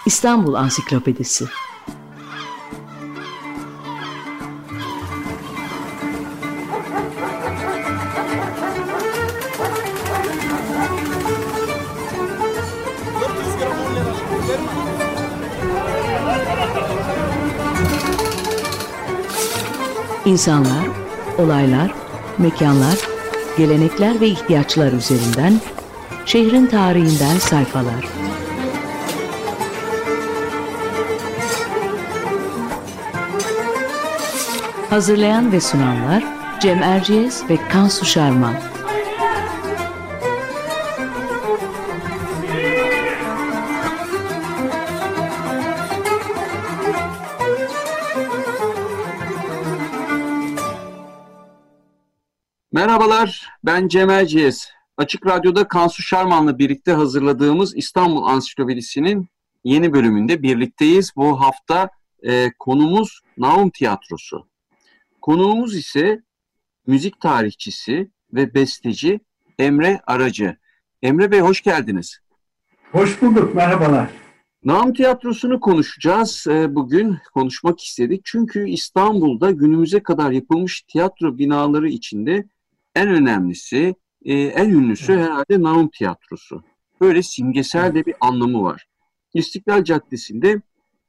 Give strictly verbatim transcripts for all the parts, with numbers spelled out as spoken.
İstanbul Ansiklopedisi. İnsanlar, olaylar, mekanlar, gelenekler ve ihtiyaçlar üzerinden şehrin tarihinden sayfalar. Hazırlayan ve sunanlar Cem Erciyes ve Kansu Şarman. Merhabalar, ben Cem Erciyes. Açık Radyo'da Kansu Şarman'la birlikte hazırladığımız İstanbul Ansiklopedisi'nin yeni bölümünde birlikteyiz. Bu hafta e, konumuz Naum Tiyatrosu. Konuğumuz ise müzik tarihçisi ve besteci Emre Aracı. Emre Bey, hoş geldiniz. Hoş bulduk, merhabalar. Naum Tiyatrosu'nu konuşacağız. E, bugün konuşmak istedik. Çünkü İstanbul'da günümüze kadar yapılmış tiyatro binaları içinde en önemlisi, e, en ünlüsü evet. herhalde Naum Tiyatrosu. Böyle simgesel evet. de bir anlamı var. İstiklal Caddesi'nde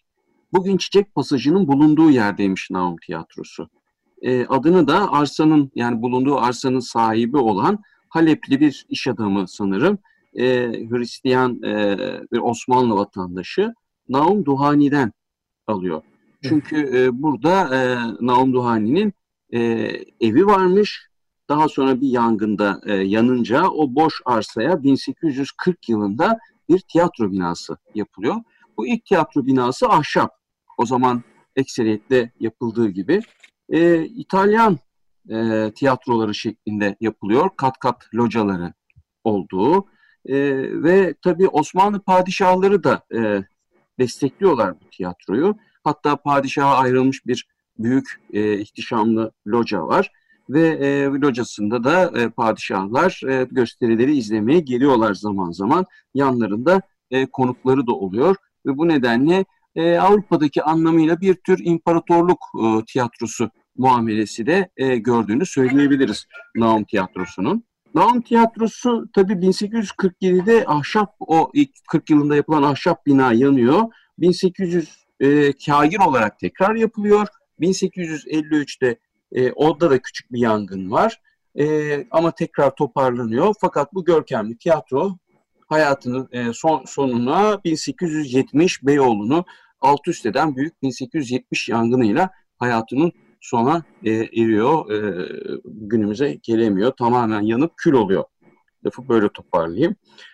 bugün Çiçek Pasajı'nın bulunduğu yerdeymiş Naum Tiyatrosu. E, adını da arsanın, yani bulunduğu arsanın sahibi olan Halepli bir iş adamı sanırım, e, Hristiyan e, bir Osmanlı vatandaşı Naum Duhani'den alıyor. Çünkü e, burada e, Naum Duhani'nin e, evi varmış. Daha sonra bir yangında e, yanınca o boş arsaya bin sekiz yüz kırk yılında bir tiyatro binası yapılıyor. Bu ilk tiyatro binası ahşap. O zaman ekseriyetle yapıldığı gibi e, İtalyan e, tiyatroları şeklinde yapılıyor. Kat kat locaları olduğu e, ve tabii Osmanlı padişahları da e, destekliyorlar bu tiyatroyu. Hatta padişaha ayrılmış bir büyük e, ihtişamlı loca var. Ve e, locasında da e, padişahlar e, gösterileri izlemeye geliyorlar zaman zaman. Yanlarında e, konukları da oluyor. Ve bu nedenle e, Avrupa'daki anlamıyla bir tür imparatorluk e, tiyatrosu muamelesi de e, gördüğünü söyleyebiliriz Naum Tiyatrosu'nun. Naum Tiyatrosu tabii bin sekiz yüz kırk yedide ahşap, o ilk kırk yılında yapılan ahşap bina yanıyor. bin sekiz yüz e, kâgir olarak tekrar yapılıyor. bin sekiz yüz elli üçte E, orada da küçük bir yangın var e, ama tekrar toparlanıyor. Fakat bu görkemli tiyatro hayatının e, son, sonuna bin sekiz yüz yetmiş Beyoğlu'nu alt üst eden büyük bin sekiz yüz yetmiş yangınıyla hayatının sona e, eriyor. E, günümüze gelemiyor. Tamamen yanıp kül oluyor. Lafı böyle toparlayayım.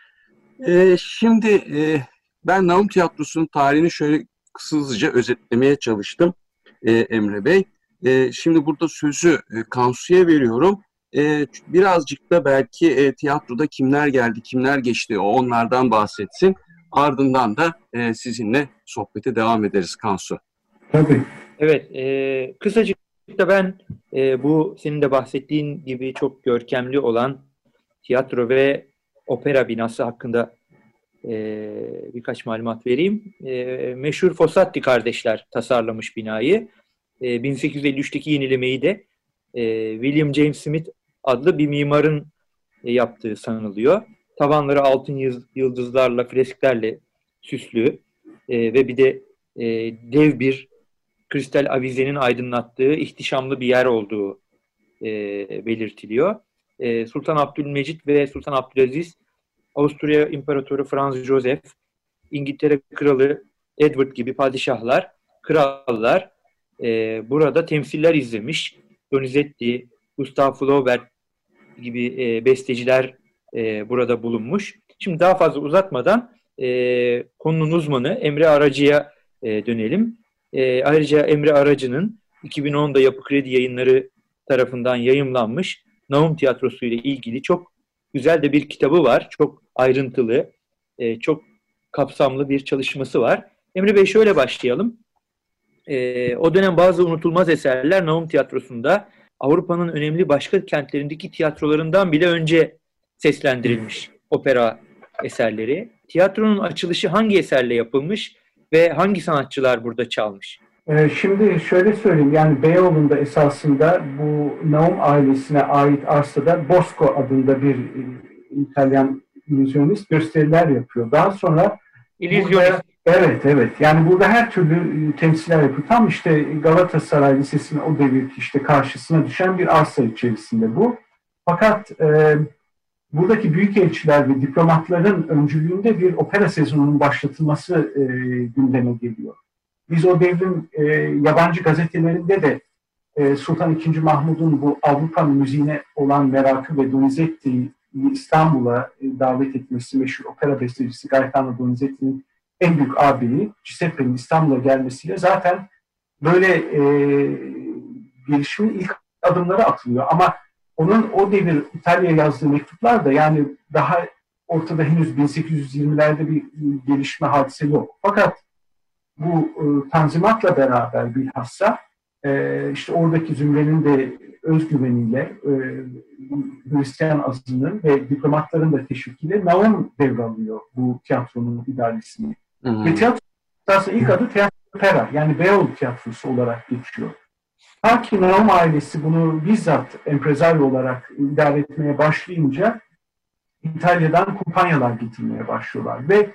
E, şimdi e, ben Naum Tiyatrosu'nun tarihini şöyle hızlıca özetlemeye çalıştım e, Emre Bey. Ee, şimdi burada sözü e, Kansu'ya veriyorum. Ee, birazcık da belki e, tiyatroda kimler geldi, kimler geçti, o onlardan bahsetsin. Ardından da e, sizinle sohbete devam ederiz Kansu. Tabii. Evet, e, kısacık da ben e, bu senin de bahsettiğin gibi çok görkemli olan tiyatro ve opera binası hakkında e, birkaç malumat vereyim. E, meşhur Fossati kardeşler tasarlamış binayı. bin sekiz yüz elli üçteki yenilemeyi de e, William James Smith adlı bir mimarın e, yaptığı sanılıyor. Tavanları altın yıldızlarla, fresklerle süslü e, ve bir de e, dev bir kristal avizenin aydınlattığı ihtişamlı bir yer olduğu e, belirtiliyor. E, Sultan Abdülmecit ve Sultan Abdülaziz, Avusturya İmparatoru Franz Joseph, İngiltere Kralı Edward gibi padişahlar, krallar Ee, burada temsiller izlemiş. Donizetti, Gustav Flaubert gibi e, besteciler e, burada bulunmuş. Şimdi daha fazla uzatmadan e, konunun uzmanı Emre Aracı'ya e, dönelim. E, ayrıca Emre Aracı'nın iki bin onda Yapı Kredi Yayınları tarafından yayımlanmış Naum Tiyatrosu ile ilgili çok güzel de bir kitabı var. Çok ayrıntılı, e, çok kapsamlı bir çalışması var. Emre Bey, şöyle başlayalım. Ee, o dönem bazı unutulmaz eserler Naum Tiyatrosu'nda Avrupa'nın önemli başka kentlerindeki tiyatrolarından bile önce seslendirilmiş opera eserleri. Tiyatronun açılışı hangi eserle yapılmış ve hangi sanatçılar burada çalmış? Ee, şimdi şöyle söyleyeyim, yani Beyoğlu'nda esasında bu Naum ailesine ait arsada Bosco adında bir e, İtalyan illüzyonist gösteriler yapıyor. Daha sonra İllüzyonist. burada, evet evet yani burada her türlü e, temsiller yapıyor. Tam işte Galatasaray Lisesi'nin o devir işte karşısına düşen bir arsa içerisinde bu. Fakat e, buradaki büyükelçiler ve diplomatların öncülüğünde bir opera sezonunun başlatılması e, gündeme geliyor. Biz o devrin e, yabancı gazetelerinde de e, Sultan ikinci. Mahmud'un bu Avrupa müziğine olan merakı ve Donizetti'yi İstanbul'a e, davet etmesi, meşhur opera bestecisi Gaetano Donizetti'nin en büyük ağabeyi Giuseppe'nin İstanbul'a gelmesiyle zaten böyle e, gelişimin ilk adımları atılıyor. Ama onun o devir İtalya'ya yazdığı mektuplar da yani daha ortada henüz bin sekiz yüz yirmilerde bir gelişme hadise yok. Fakat bu e, tanzimatla beraber bilhassa e, işte oradaki zümrenin de özgüveniyle e, Hristiyan azınlığın ve diplomatların da teşvikiyle Naum devralıyor bu tiyatronun idaresini. Hmm. Ve tiyatro aslında ilk adı Tiyatro Opera, yani Beyoğlu Tiyatrosu olarak geçiyor. Ta ki Naum ailesi bunu bizzat empresario olarak idare etmeye başlayınca İtalya'dan kumpanyalar getirmeye başlıyorlar ve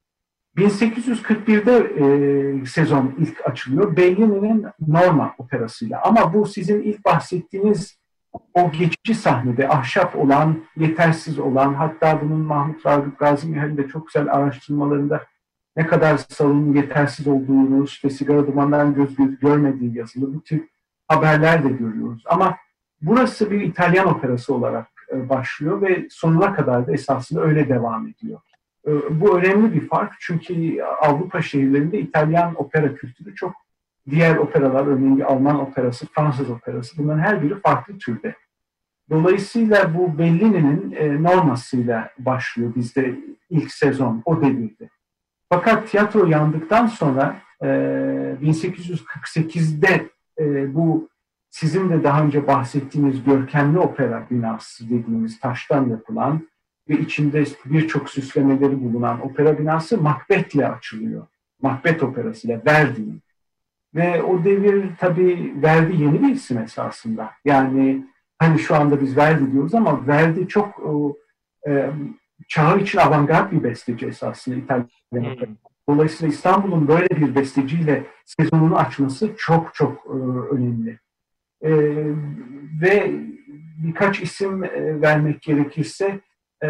bin sekiz yüz kırk birde e, sezon ilk açılıyor. Bellini'nin Norma operasıyla. Ama bu sizin ilk bahsettiğiniz o geçici sahnede ahşap olan, yetersiz olan, hatta bunun Mahmut Ragıp Gazi Mihal'in de çok güzel araştırmalarında ne kadar salonun yetersiz olduğunu, işte sigara dumanından göz göz görmediği yazılı bu tür haberler de görüyoruz. Ama burası bir İtalyan operası olarak e, başlıyor ve sonuna kadar da esasında öyle devam ediyor. Bu önemli bir fark çünkü Avrupa şehirlerinde İtalyan opera kültürü çok, diğer operalar örneğin bir Alman operası, Fransız operası bunların her biri farklı türde. Dolayısıyla bu Bellini'nin e, normasıyla başlıyor bizde ilk sezon o devirde. Fakat tiyatro yandıktan sonra e, bin sekiz yüz kırk sekizde e, bu sizin de daha önce bahsettiğiniz görkemli opera binası dediğimiz taştan yapılan ve içinde birçok süslemeleri bulunan opera binası Macbeth'le açılıyor. Macbeth operasıyla, Verdi'nin. Ve o devir tabii Verdi yeni bir isim esasında. Yani hani şu anda biz Verdi diyoruz ama Verdi çok e, çağı için avantgard bir besteci esasında İtalyan opera. Dolayısıyla İstanbul'un böyle bir besteciyle sezonunu açması çok çok e, önemli. E, ve birkaç isim e, vermek gerekirse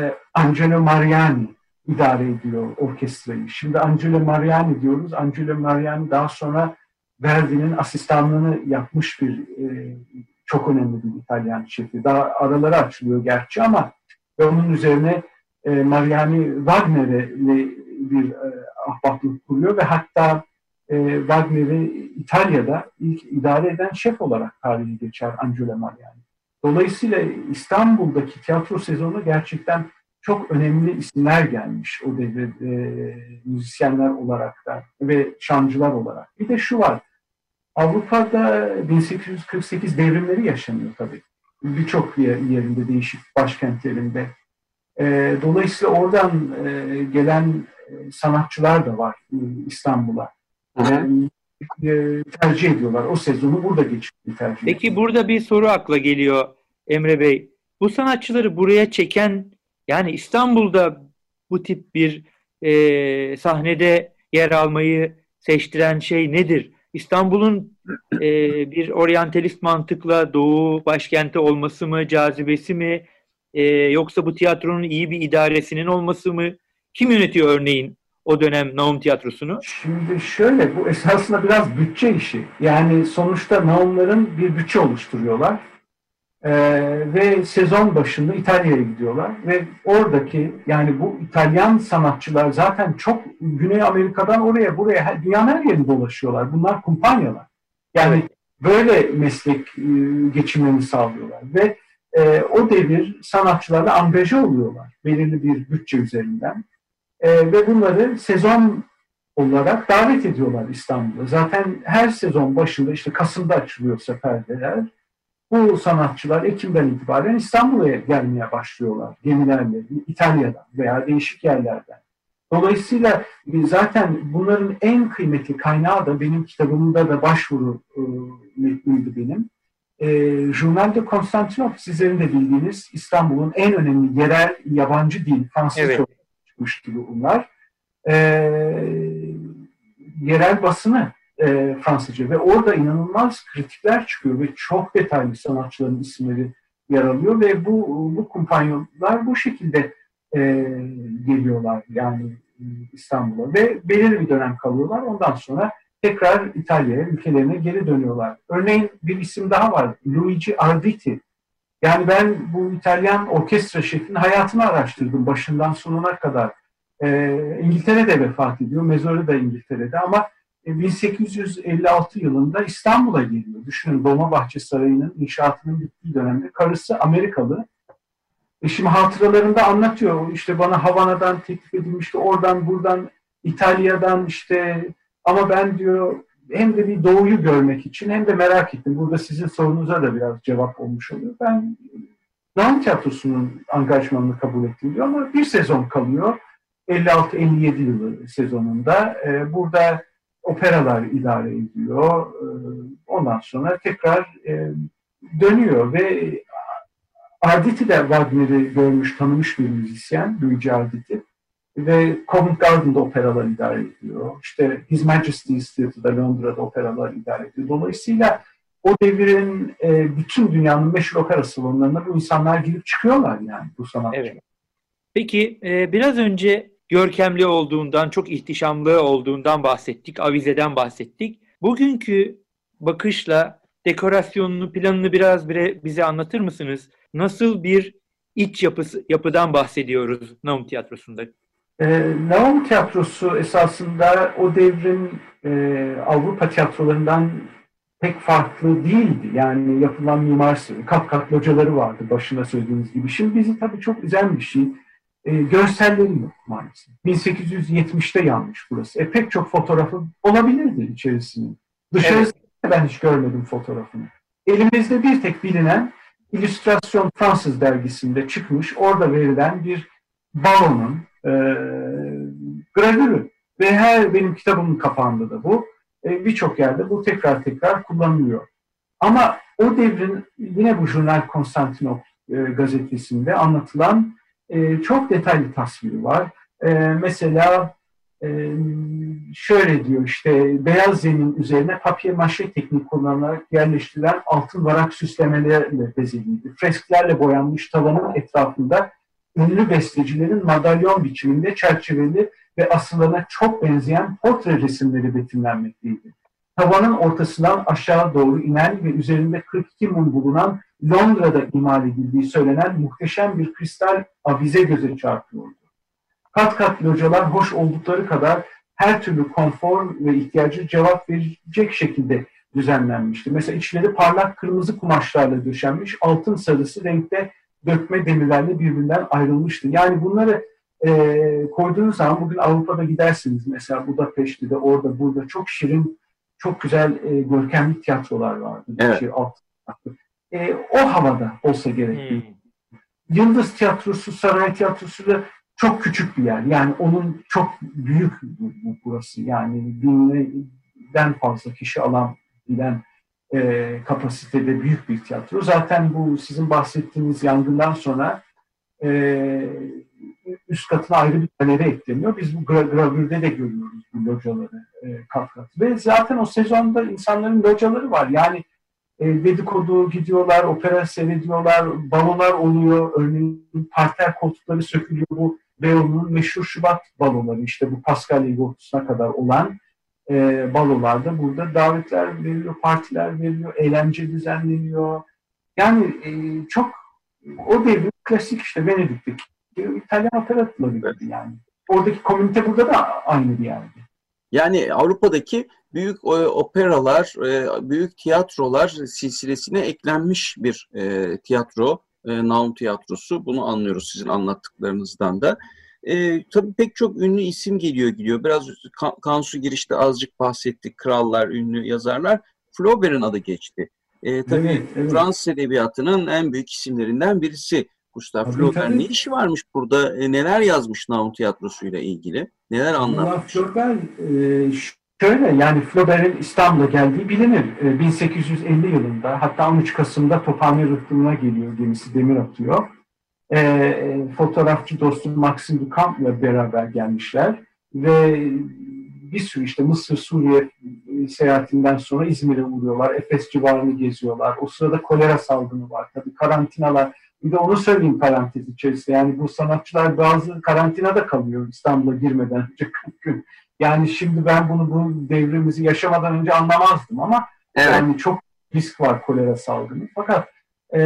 Angelo Mariani idare ediyor orkestrayı. Şimdi Angelo Mariani diyoruz. Angelo Mariani daha sonra Verdi'nin asistanlığını yapmış bir e, çok önemli bir İtalyan şefi. Daha araları açılıyor gerçi ama ve onun üzerine e, Mariani Wagner'e bir e, ahbaplık kuruyor ve hatta e, Wagner'i İtalya'da ilk idare eden şef olarak tarihi geçer Angelo Mariani. Dolayısıyla İstanbul'daki tiyatro sezonu gerçekten çok önemli isimler gelmiş o devir e, müzisyenler olarak da ve şancılar olarak. Bir de şu var, Avrupa'da bin sekiz yüz kırk sekiz devrimleri yaşanıyor tabii. Birçok yerinde, değişik başkentlerinde. E, dolayısıyla oradan e, gelen e, sanatçılar da var e, İstanbul'a. Yani, e, tercih ediyorlar. O sezonu burada geçirmeyi tercih ediyorlar. Peki burada bir soru akla geliyor Emre Bey. Bu sanatçıları buraya çeken, yani İstanbul'da bu tip bir e, sahnede yer almayı seçtiren şey nedir? İstanbul'un e, bir oryantalist mantıkla Doğu başkenti olması mı, cazibesi mi? E, yoksa bu tiyatronun iyi bir idaresinin olması mı? Kim yönetiyor örneğin o dönem Naum Tiyatrosu'nu? Şimdi şöyle, bu esasında biraz bütçe işi. Yani sonuçta Naum'ların bir bütçe oluşturuyorlar. Ee, ve sezon başında İtalya'ya gidiyorlar ve oradaki, yani bu İtalyan sanatçılar zaten çok Güney Amerika'dan oraya buraya dünyanın her yerinde dolaşıyorlar. Bunlar kumpanyalar. Yani böyle meslek e, geçimlerini sağlıyorlar ve e, o devir sanatçılarla angaje oluyorlar belirli bir bütçe üzerinden e, ve bunları sezon olarak davet ediyorlar İstanbul'a. Zaten her sezon başında işte Kasım'da açılıyorsa perdeler. Bu sanatçılar Ekim'den itibaren İstanbul'a gelmeye başlıyorlar gemilerle, İtalya'dan veya değişik yerlerden. Dolayısıyla zaten bunların en kıymetli kaynağı da benim kitabımda da başvuru e, metniydi benim. E, Journal de Constantinople, sizlerin de bildiğiniz İstanbul'un en önemli yerel yabancı dil, Fransızca evet. çıkmıştı bunlar. E, yerel basını e, Fransızca ve orada inanılmaz kritikler çıkıyor ve çok detaylı sanatçıların isimleri yer alıyor ve bu, bu kumpanyonlar bu şekilde e, geliyorlar yani İstanbul'a ve belirli bir dönem kalıyorlar. Ondan sonra tekrar İtalya'ya, ülkelerine geri dönüyorlar. Örneğin bir isim daha var. Luigi Arditi. Yani ben bu İtalyan orkestra şefinin hayatını araştırdım başından sonuna kadar. Ee, İngiltere'de vefat ediyor. Mezarı da İngiltere'de ama bin sekiz yüz elli altı yılında İstanbul'a geliyor. Düşünün, Dolmabahçe Sarayı'nın inşaatının bittiği dönemde. Karısı Amerikalı. E şimdi hatıralarında anlatıyor. İşte bana Havana'dan teklif edilmişti. Oradan buradan İtalya'dan işte, ama ben diyor hem de bir doğuyu görmek için hem de merak ettim. Burada sizin sorunuza da biraz cevap olmuş oluyor. Ben Naum Tiyatrosu'nun angajmanını kabul ettim diyor ama bir sezon kalıyor. elli altı elli yedi yılı sezonunda. E, burada operalar idare ediyor. E, ondan sonra tekrar e, dönüyor ve Arditi de Wagner'i görmüş, tanımış bir müzisyen, Luigi Arditi. Ve Covent Garden'da operalar idare ediyor. İşte His Majesty's Theatre'da, Londra'da operalar idare ediyor. Dolayısıyla o devrin e, bütün dünyanın meşhur opera salonlarına bu insanlar girip çıkıyorlar yani, bu sanatçı. Evet. Peki e, biraz önce görkemli olduğundan, çok ihtişamlı olduğundan bahsettik, avizeden bahsettik. Bugünkü bakışla dekorasyonunu, planını biraz bize anlatır mısınız? Nasıl bir iç yapısı, yapıdan bahsediyoruz Naum Tiyatrosu'nda? E, Naum Tiyatrosu esasında o devrin e, Avrupa tiyatrolarından pek farklı değildi. Yani yapılan mimarisi, kat kat locaları vardı başına söylediğiniz gibi. Şimdi bizi tabii çok üzen bir şey. E, görselleri yok maalesef. bin sekiz yüz yetmişte yanmış burası. E, pek çok fotoğrafı olabilirdi içerisinin. Dışarısı evet. Ben hiç görmedim fotoğrafını. Elimizde bir tek bilinen İllüstrasyon Fransız dergisinde çıkmış, orada verilen bir balonun e, gravürü. Ve her benim kitabımın kapağında da bu. E, Birçok yerde bu tekrar tekrar kullanılıyor. Ama o devrin yine bu Journal Constantinople e, gazetesinde anlatılan e, çok detaylı tasviri var. E, mesela e, şöyle diyor, işte beyaz zemin üzerine papiye-maşe tekniği kullanılarak yerleştirilen altın varak süslemelerle bezeliydi. Fresklerle boyanmış tavanın etrafında ünlü bestecilerin madalyon biçiminde çerçeveli ve asıllarına çok benzeyen portre resimleri betimlenmekteydi. Tavanın ortasından aşağı doğru inen ve üzerinde kırk iki mum bulunan, Londra'da imal edildiği söylenen muhteşem bir kristal avize göze çarpıyordu. Kat kat localar hoş oldukları kadar her türlü konfor ve ihtiyacı cevap verecek şekilde düzenlenmişti. Mesela içleri parlak kırmızı kumaşlarla döşenmiş, altın sarısı renkte dökme demirlerle birbirinden ayrılmıştı. Yani bunları e, koyduğunuz zaman bugün Avrupa'da gidersiniz. Mesela Budapeşte'de, orada, burada çok şirin, çok güzel e, görkemli tiyatrolar vardı. Evet. Şey, altın, e, o havada olsa gerek. Hmm. Yıldız Tiyatrosu, Saray Tiyatrosu da çok küçük bir yer. Yani onun çok büyük burası. Yani binden fazla kişi alabilen e, kapasitede büyük bir tiyatro. Zaten bu sizin bahsettiğiniz yangından sonra e, üst katına ayrı bir galeri ekleniyor. Biz bu gra- gravürde de görüyoruz bu locaları e, kat kat. Ve zaten o sezonda insanların locaları var. Yani e, dedikodu gidiyorlar, opera seyrediyorlar, balolar oluyor. Örneğin parter koltukları sökülüyor. Bu Beyoğlu'nun meşhur Şubat baloları, işte bu Paskalya Yortusuna kadar olan e, balolarda burada davetler veriliyor, partiler veriliyor, eğlence düzenleniyor. Yani e, çok o devrin klasik işte Venedik'teki İtalyan operatları gibi yani. Oradaki komünite burada da aynı bir yerde. Yani Avrupa'daki büyük operalar, büyük tiyatrolar silsilesine eklenmiş bir e, tiyatro, e, Naum Tiyatrosu. Bunu anlıyoruz sizin anlattıklarınızdan da. E, tabii pek çok ünlü isim geliyor gidiyor. Biraz Kansu girişte azıcık bahsettik. Krallar, ünlü yazarlar. Flaubert'in adı geçti. E, tabii evet, evet. Fransız edebiyatının en büyük isimlerinden birisi. Gustav Tabii, Flaubert tabii. ne işi varmış burada? E, neler yazmış Naum tiyatrosuyla ilgili? Neler Valla anlatmış? Flaubert e, şöyle, yani Flaubert'in İstanbul'a geldiği bilinir. E, bin sekiz yüz elli yılında, hatta on üç Kasım'da Tophane Rıhtımı'na geliyor, gemisi demir atıyor. E, fotoğrafçı dostu Maxim Duchamp'la beraber gelmişler ve bir sürü işte Mısır, Suriye seyahatinden sonra İzmir'e uğruyorlar. Efes civarını geziyorlar. O sırada kolera salgını var. Tabii karantinalar. Bir de onu söyleyeyim parantez içerisinde. Yani bu sanatçılar bazı karantinada kalıyor İstanbul'a girmeden önce kırk gün. Yani şimdi ben bunu bu devrimizi yaşamadan önce anlamazdım ama Evet. yani çok risk var kolera salgını. Fakat e,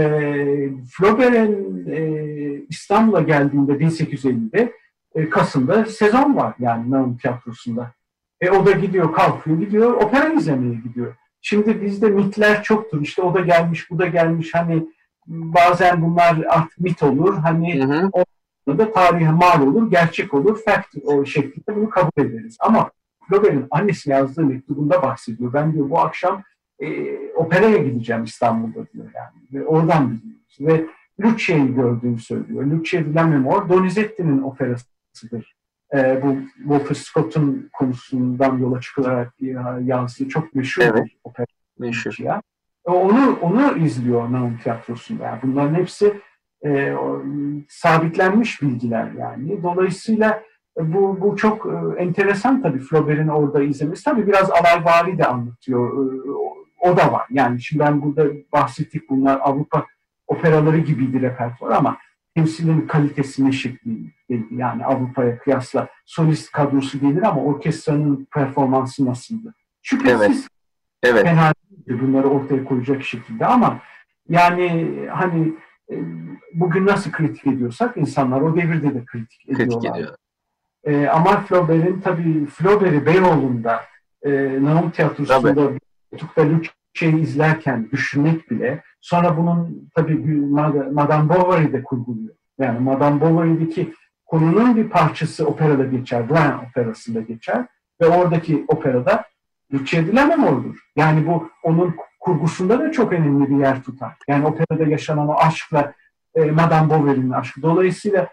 Flaubert'in e, İstanbul'a geldiğinde bin sekiz yüz ellide e, Kasım'da sezon var yani Naum Tiyatrosu'nda. E, o da gidiyor, kalkıyor, gidiyor, opera izlemeye gidiyor. Şimdi bizde mitler çoktur. İşte o da gelmiş, bu da gelmiş. Hani bazen bunlar artık mit olur. Hani Hı hı. o da tarihe mal olur, gerçek olur, fact o şeklinde bunu kabul ederiz. Ama Flaubert'in annesi yazdığı mektubunda bahsediyor. Ben diyor bu akşam e, operaya gideceğim İstanbul'da diyor yani. Ve oradan biliyoruz. Ve Lucia'yı gördüğünü söylüyor. Lucia di Lammermoor, Donizetti'nin operasıdır. E, bu Walter Scott'un konusundan yola çıkılarak yazdığı çok meşhur Evet. bir opera. Meşhur. Ya. Onu onu izliyor Naum Tiyatrosu'nda. Yani bunların hepsi e, o, sabitlenmiş bilgiler yani. Dolayısıyla e, bu bu çok e, enteresan tabii Flaubert'in orada izlemesi. Tabii biraz alayvari de anlatıyor. E, o, o da var. Yani şimdi ben burada bahsettik, bunlar Avrupa operaları gibiydi repertuar ama temsilin kalitesi ne şeklindeydi. Yani Avrupa'ya kıyasla solist kadrosu gelir ama orkestranın performansı nasıldı? Şüphesiz Evet. Evet. fena değildi bunları ortaya koyacak şekilde ama yani hani e, bugün nasıl kritik ediyorsak insanlar o devirde de kritik Kritik ediyorlar. ediyor. E, ama Flaubert'in tabii Flaubert'i Beyoğlu'nda e, Naum Tiyatrosu'nda Tuk'ta Lucia'yı izlerken düşünmek bile, sonra bunun tabii Madame Bovary'de kurguluyor. Yani Madame Bovary'deki konunun bir parçası operada geçer, Rouen operasında geçer ve oradaki operada Lucia di Lammermoor'dur. Yani bu onun kurgusunda da çok önemli bir yer tutar. Yani operada yaşanan o aşkla e, Madame Bovary'nin aşkı. Dolayısıyla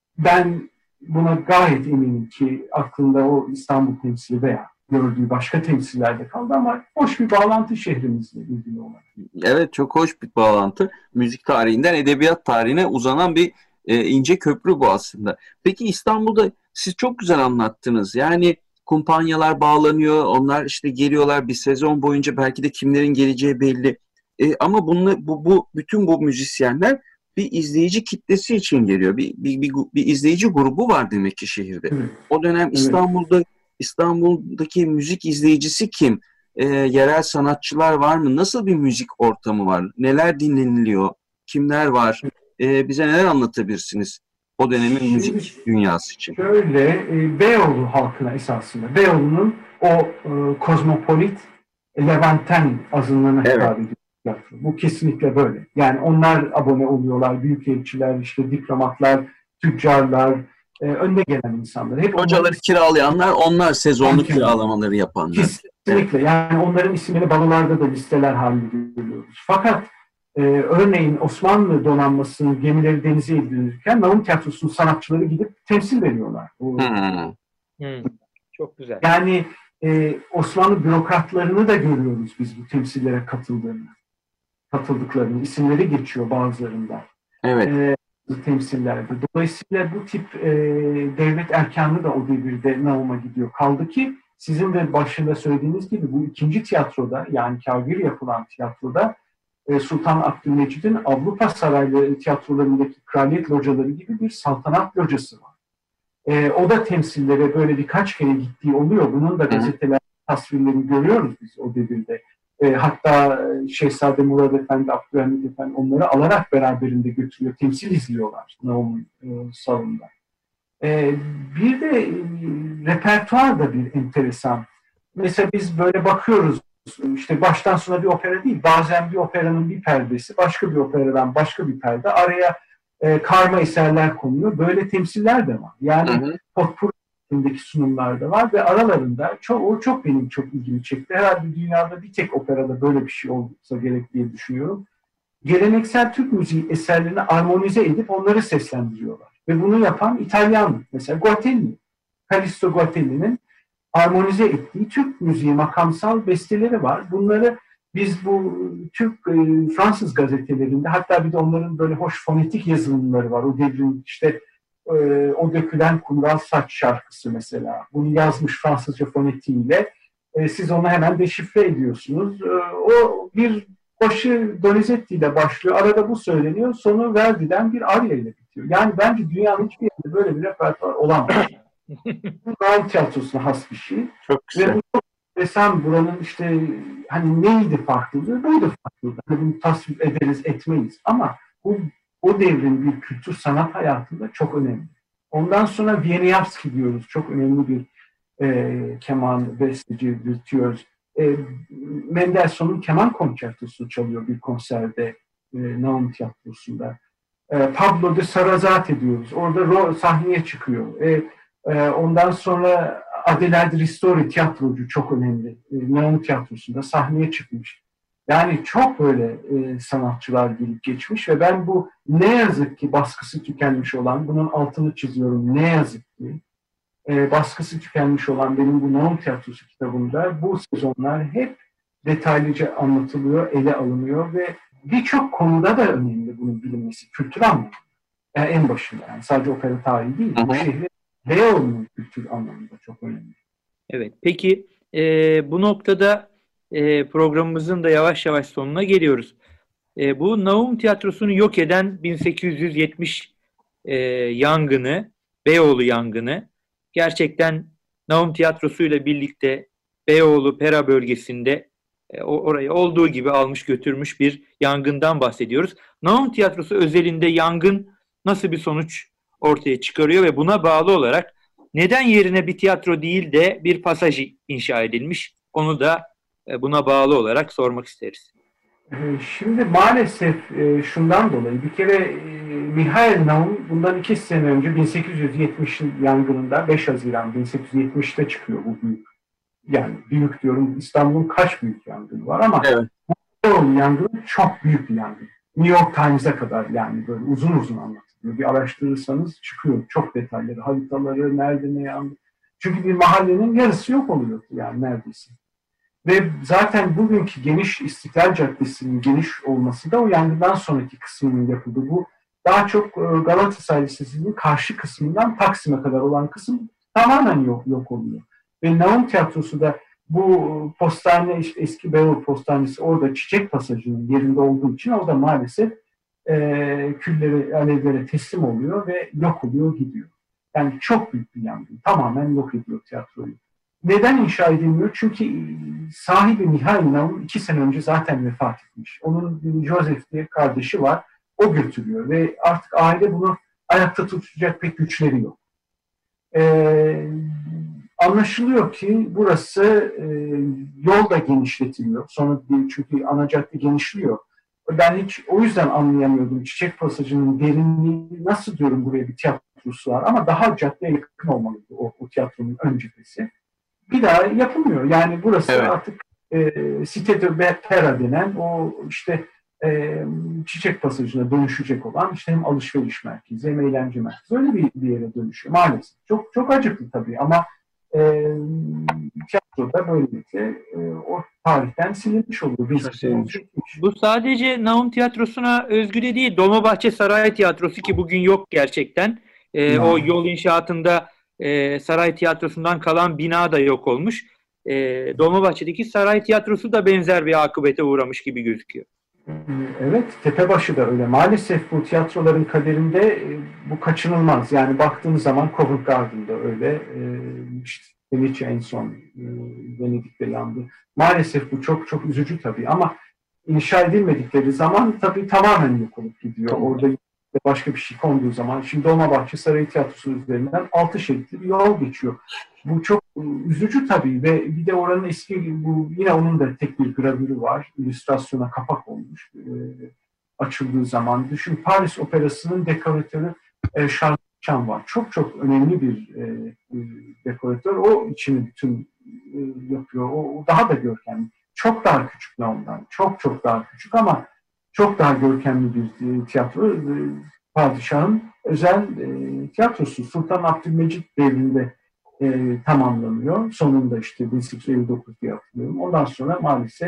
ben buna gayet eminim ki aklında o İstanbul temsili veya gördüğü başka temsillerde kaldı ama hoş bir bağlantı şehrimizle ilgili olarak. Evet, çok hoş bir bağlantı. Müzik tarihinden edebiyat tarihine uzanan bir e, ince köprü bu aslında. Peki İstanbul'da siz çok güzel anlattınız. Yani kumpanyalar bağlanıyor, onlar işte geliyorlar bir sezon boyunca, belki de kimlerin geleceği belli. E, ama bunla, bu, bu bütün bu müzisyenler bir izleyici kitlesi için geliyor. Bir, bir, bir, bir izleyici grubu var demek ki şehirde. Evet. O dönem Evet. İstanbul'da İstanbul'daki müzik izleyicisi kim? E, yerel sanatçılar var mı? Nasıl bir müzik ortamı var? Neler dinleniliyor? Kimler var? E, bize neler anlatabilirsiniz o dönemin Şimdi müzik dünyası için? Şöyle, e, Beyoğlu halkına esasında, Beyoğlu'nun o e, kozmopolit Levanten azınlığına Evet. hitap ediyor. Bu kesinlikle böyle. Yani onlar abone oluyorlar, büyükelçiler, işte diplomatlar, tüccarlar, e, önde gelen insanlar. Hep Hocaları onların kiralayanlar, onlar sezonluk Sanki. kiralamaları yapanlar. kesinlikle. Yani onların isimleri balolarda da listeler halinde görüyoruz. Fakat e, örneğin Osmanlı donanmasının gemileri denize indirilirken Naum Tiyatrosu'nun sanatçıları gidip temsil veriyorlar. O, Hmm. Hmm, çok güzel. Yani e, Osmanlı bürokratlarını da görüyoruz biz bu temsillere katıldığını. Katıldıklarını, isimleri geçiyor bazılarında. Evet. E, temsillerde. Dolayısıyla bu tip e, devlet erkanı da o devirde Naum'a gidiyor. Kaldı ki sizin de başında söylediğiniz gibi bu ikinci tiyatroda, yani kâgir yapılan tiyatroda e, Sultan Abdülmecid'in Avrupa sarayları tiyatrolarındaki kraliyet locaları gibi bir saltanat locası var. E, o da temsillere böyle birkaç kere gittiği oluyor. Bunun da gazeteler tasvirlerini görüyoruz biz o devirde. E, hatta Şehzade Murad Efendi, Abdülhamid Efendi onları alarak beraberinde götürüyor. Temsil izliyorlar Naum'un e, salonunda. E, bir de e, repertuar da bir enteresan. Mesela biz böyle bakıyoruz, işte baştan sona bir opera değil. Bazen bir operanın bir perdesi, başka bir operadan başka bir perde. Araya e, karma eserler konuyor. Böyle temsiller de var. Yani potpourri'deki sunumlar da var ve aralarında çok, o çok benim çok ilgimi çekti. Herhalde dünyada bir tek operada böyle bir şey olsa gerek diye düşünüyorum. geleneksel Türk müziği eserlerini armonize edip onları seslendiriyorlar. Ve bunu yapan İtalyan, mesela Guatelli, Callisto Guatelli'nin armonize ettiği Türk müziği makamsal besteleri var. Bunları biz bu Türk e, Fransız gazetelerinde, hatta bir de onların böyle hoş fonetik yazılımları var. O devrin işte e, o dökülen kumral saç şarkısı mesela. Bunu yazmış Fransızca fonetiğiyle. E, siz onu hemen deşifre ediyorsunuz. E, o bir başı Donizetti ile başlıyor. Arada bu söyleniyor. Sonu Verdi'den bir arya ile bitiyor. Yani bence dünyanın hiçbir yerinde böyle bir repertuar olamaz. Bu Naum tiyatrosuna has bir şey. Çok güzel. Ve bu çok desem buranın işte hani neydi farklılığı? Buydu farklılığı. Hani bunu tasvip ederiz, etmeyiz. Ama bu o devrin bir kültür sanat hayatında çok önemli. Ondan sonra Wieniawski diyoruz. Çok önemli bir e, keman, besteci, virtüöz. E, Mendelssohn'un keman konçertosunu çalıyor bir konserde e, Naum tiyatrosunda. E, Pablo de Sarrazate diyoruz. Orada ro- sahneye çıkıyor. E, e, ondan sonra Adelaide Ristori tiyatrocu çok önemli. E, Naum tiyatrosunda sahneye çıkmış. Yani çok böyle e, sanatçılar gelip geçmiş ve ben bu ne yazık ki baskısı tükenmiş olan, bunun altını çiziyorum, ne yazık ki e, baskısı tükenmiş olan benim bu Naum Tiyatrosu kitabımda bu sezonlar hep detaylıca anlatılıyor, ele alınıyor ve birçok konuda da önemli bunun bilinmesi, kültür anlamında. Yani en başında yani sadece opera tarihi değil, bu şehrin Beyoğlu'nun kültür anlamında çok önemli. Evet, peki e, bu noktada e, programımızın da yavaş yavaş sonuna geliyoruz. E, bu Naum Tiyatrosu'nu yok eden bin sekiz yüz yetmiş e, yangını, Beyoğlu yangını, gerçekten Naum Tiyatrosu ile birlikte Beyoğlu, Pera bölgesinde e, orayı olduğu gibi almış götürmüş bir yangından bahsediyoruz. Naum Tiyatrosu özelinde yangın nasıl bir sonuç ortaya çıkarıyor ve buna bağlı olarak neden yerine bir tiyatro değil de bir pasaj inşa edilmiş? Onu da e, buna bağlı olarak sormak isteriz. Şimdi maalesef şundan dolayı bir kere Mihail Naum bundan iki sene önce bin sekiz yüz yetmişin yangınında beş Haziran bin sekiz yüz yetmişte çıkıyor bu büyük. Yani büyük diyorum, İstanbul'un kaç büyük yangını var ama evet. Bu yangını çok büyük bir yangın. New York Times'a kadar yani böyle uzun uzun anlatılıyor. Bir araştırırsanız çıkıyor çok detayları, haritaları, nerede ne yandı. Çünkü bir mahallenin yarısı yok oluyor yani neredeyse. Ve zaten bugünkü geniş İstiklal Caddesi'nin geniş olması da o yangından sonraki kısmının yapıldığı. Bu daha çok Galatasaray Lisesi'nin karşı kısmından Taksim'e kadar olan kısım tamamen yok, yok oluyor. Ve Naum Tiyatrosu da bu postane, işte eski Beyoğlu Postanesi orada Çiçek Pasajı'nın yerinde olduğu için orada maalesef e, külleri, alevlere teslim oluyor ve yok oluyor, gidiyor. Yani çok büyük bir yangın. Tamamen yok ediyor tiyatroyu. Neden inşa edilmiyor? Çünkü sahibi Mihail Naum iki sene önce zaten vefat etmiş. Onun Joseph diye kardeşi var. O götürüyor ve artık aile bunu ayakta tutacak pek güçleri yok. Ee, anlaşılıyor ki burası e, yol da genişletiliyor. Sonra çünkü ana cadde genişliyor. Ben hiç o yüzden anlayamıyordum. Çiçek Pasajı'nın derinliği nasıl diyorum buraya bir tiyatrosu var ama daha caddeye yakın olmalıydı o, o tiyatronun ön cephesi. Bir daha yapılmıyor. Yani burası evet. artık e, Cité de Pera denen o işte e, Çiçek Pasajı'na dönüşecek olan işte hem alışveriş merkezi hem eğlence merkezi öyle bir, bir yere dönüşüyor maalesef. Çok çok acıklı tabii ama e, tiyatroda böylelikle e, o tarihten silinmiş oluyor. Silinmiş. Bu sadece Naum Tiyatrosu'na özgü de değil. Dolmabahçe Saray Tiyatrosu ki bugün yok gerçekten. E, o yol inşaatında e, Saray Tiyatrosu'ndan kalan bina da yok olmuş. E, Dolmabahçe'deki Saray Tiyatrosu da benzer bir akıbete uğramış gibi gözüküyor. Evet, Tepebaşı da öyle. Maalesef bu tiyatroların kaderinde e, bu kaçınılmaz. Yani baktığınız zaman Covent Garden'da öyle. E, işte Venetia en son e, Venedik'te yandı. Maalesef bu çok çok üzücü tabii ama inşa edilmedikleri zaman tabii tamamen yok olup gidiyor. Tamam. Orada başka bir şey konduğu zaman. Şimdi Dolmabahçe Sarayı Tiyatrosu üzerinden altı şeritli bir yol geçiyor. Bu çok üzücü tabii ve bir de oranın eski, bu yine onun da tek bir gravürü var. İllüstrasyona kapak olmuş. E, açıldığı zaman. Düşün Paris Operası'nın dekoratörü e, Charles Chan var. Çok çok önemli bir e, e, dekoratör. O içini bütün e, yapıyor. O, o daha da görkemli. Çok daha küçük ondan. Çok çok daha küçük ama çok daha görkemli bir tiyatro. Padişahın özel tiyatrosu Sultan Abdülmecit devrinde tamamlanıyor. Sonunda işte bin sekiz yüz elli dokuz diye hatırlıyorum. Ondan sonra maalesef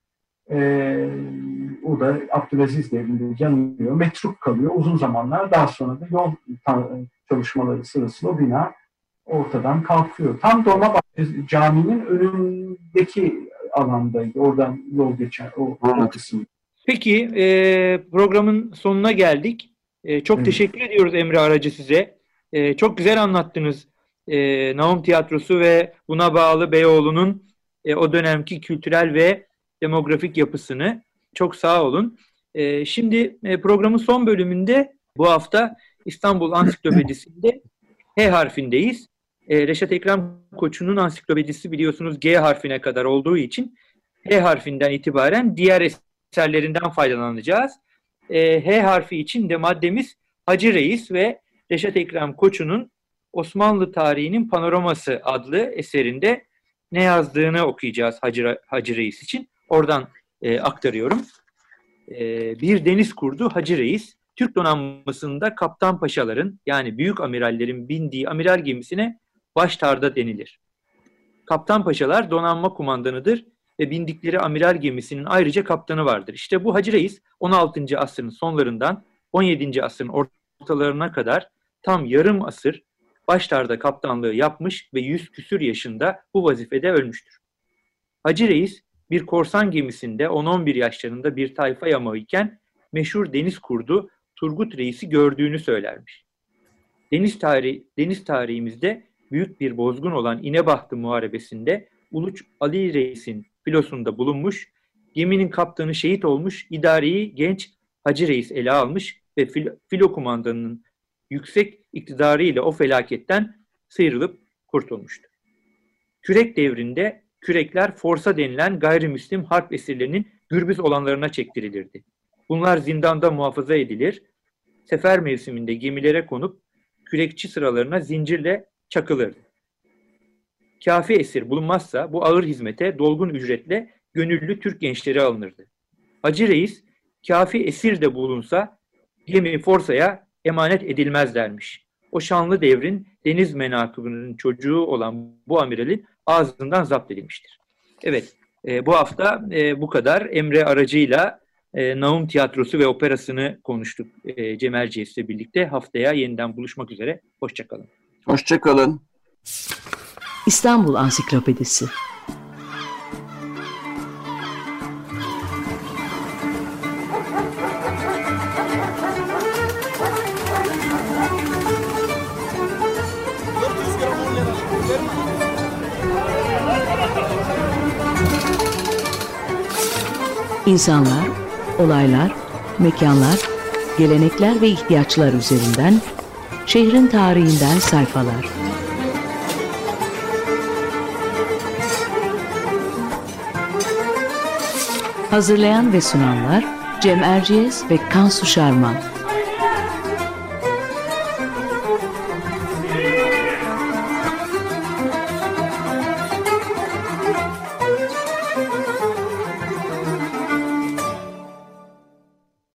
o da Abdülaziz devrinde yanıyor. Metruk kalıyor uzun zamanlar. Daha sonra da yol çalışmaları sırasında o bina ortadan kalkıyor. Tam Dolmabahçe Camii'nin önündeki alandaydı. Oradan yol geçen o, o kısım. Peki e, programın sonuna geldik. E, çok evet. Teşekkür ediyoruz Emre Aracı size. E, çok güzel anlattınız e, Nahum Tiyatrosu ve buna bağlı Beyoğlu'nun e, o dönemki kültürel ve demografik yapısını. Çok sağ olun. E, şimdi e, programın son bölümünde bu hafta İstanbul Ansiklopedisi'nde H harfindeyiz. E, Reşat Ekrem Koçu'nun ansiklopedisi biliyorsunuz G harfine kadar olduğu için H harfinden itibaren diğer eserlerinden faydalanacağız. E, H harfi için de maddemiz Hacı Reis ve Reşat Ekrem Koçu'nun Osmanlı Tarihinin Panoraması adlı eserinde ne yazdığını okuyacağız Hacı, Hacı Reis için. Oradan e, aktarıyorum. E, bir deniz kurdu Hacı Reis, Türk donanmasında kaptan paşaların yani büyük amirallerin bindiği amiral gemisine baştarda denilir. Kaptan paşalar donanma kumandanıdır ve bindikleri amiral gemisinin ayrıca kaptanı vardır. İşte bu Hacı Reis on altıncı asrın sonlarından on yedinci asrın ortalarına kadar tam yarım asır baştarda kaptanlığı yapmış ve yüz küsür yaşında bu vazifede ölmüştür. Hacı Reis bir korsan gemisinde on on bir yaşlarında bir tayfa yamağı iken meşhur deniz kurdu Turgut Reis'i gördüğünü söylermiş. Deniz, tarih, deniz tarihimizde büyük bir bozgun olan İnebahtı Muharebesi'nde Uluç Ali Reis'in filosunda bulunmuş, geminin kaptanı şehit olmuş, idareyi genç Hacı Reis ele almış ve filo, filo kumandanının yüksek iktidarıyla o felaketten sıyrılıp kurtulmuştur. Kürek devrinde kürekler forsa denilen gayrimüslim harp esirlerinin gürbüz olanlarına çektirilirdi. Bunlar zindanda muhafaza edilir, sefer mevsiminde gemilere konup kürekçi sıralarına zincirle çakılırdı. Kafi esir bulunmazsa bu ağır hizmete dolgun ücretle gönüllü Türk gençleri alınırdı. Hacı Reis, kafi esir de bulunsa gemi forsaya emanet edilmez dermiş. O şanlı devrin deniz menakıbının çocuğu olan bu amiralin ağzından zapt edilmiştir. Evet, e, bu hafta e, bu kadar. Emre aracıyla e, Nahum Tiyatrosu ve Operası'nı konuştuk e, Cem Erciyes'le birlikte. Haftaya yeniden buluşmak üzere. Hoşçakalın. Hoşçakalın. İstanbul Ansiklopedisi. İnsanlar, olaylar, mekanlar, gelenekler ve ihtiyaçlar üzerinden şehrin tarihinden sayfalar. Hazırlayan ve sunanlar Cem Erciyes ve Kansu Şarman.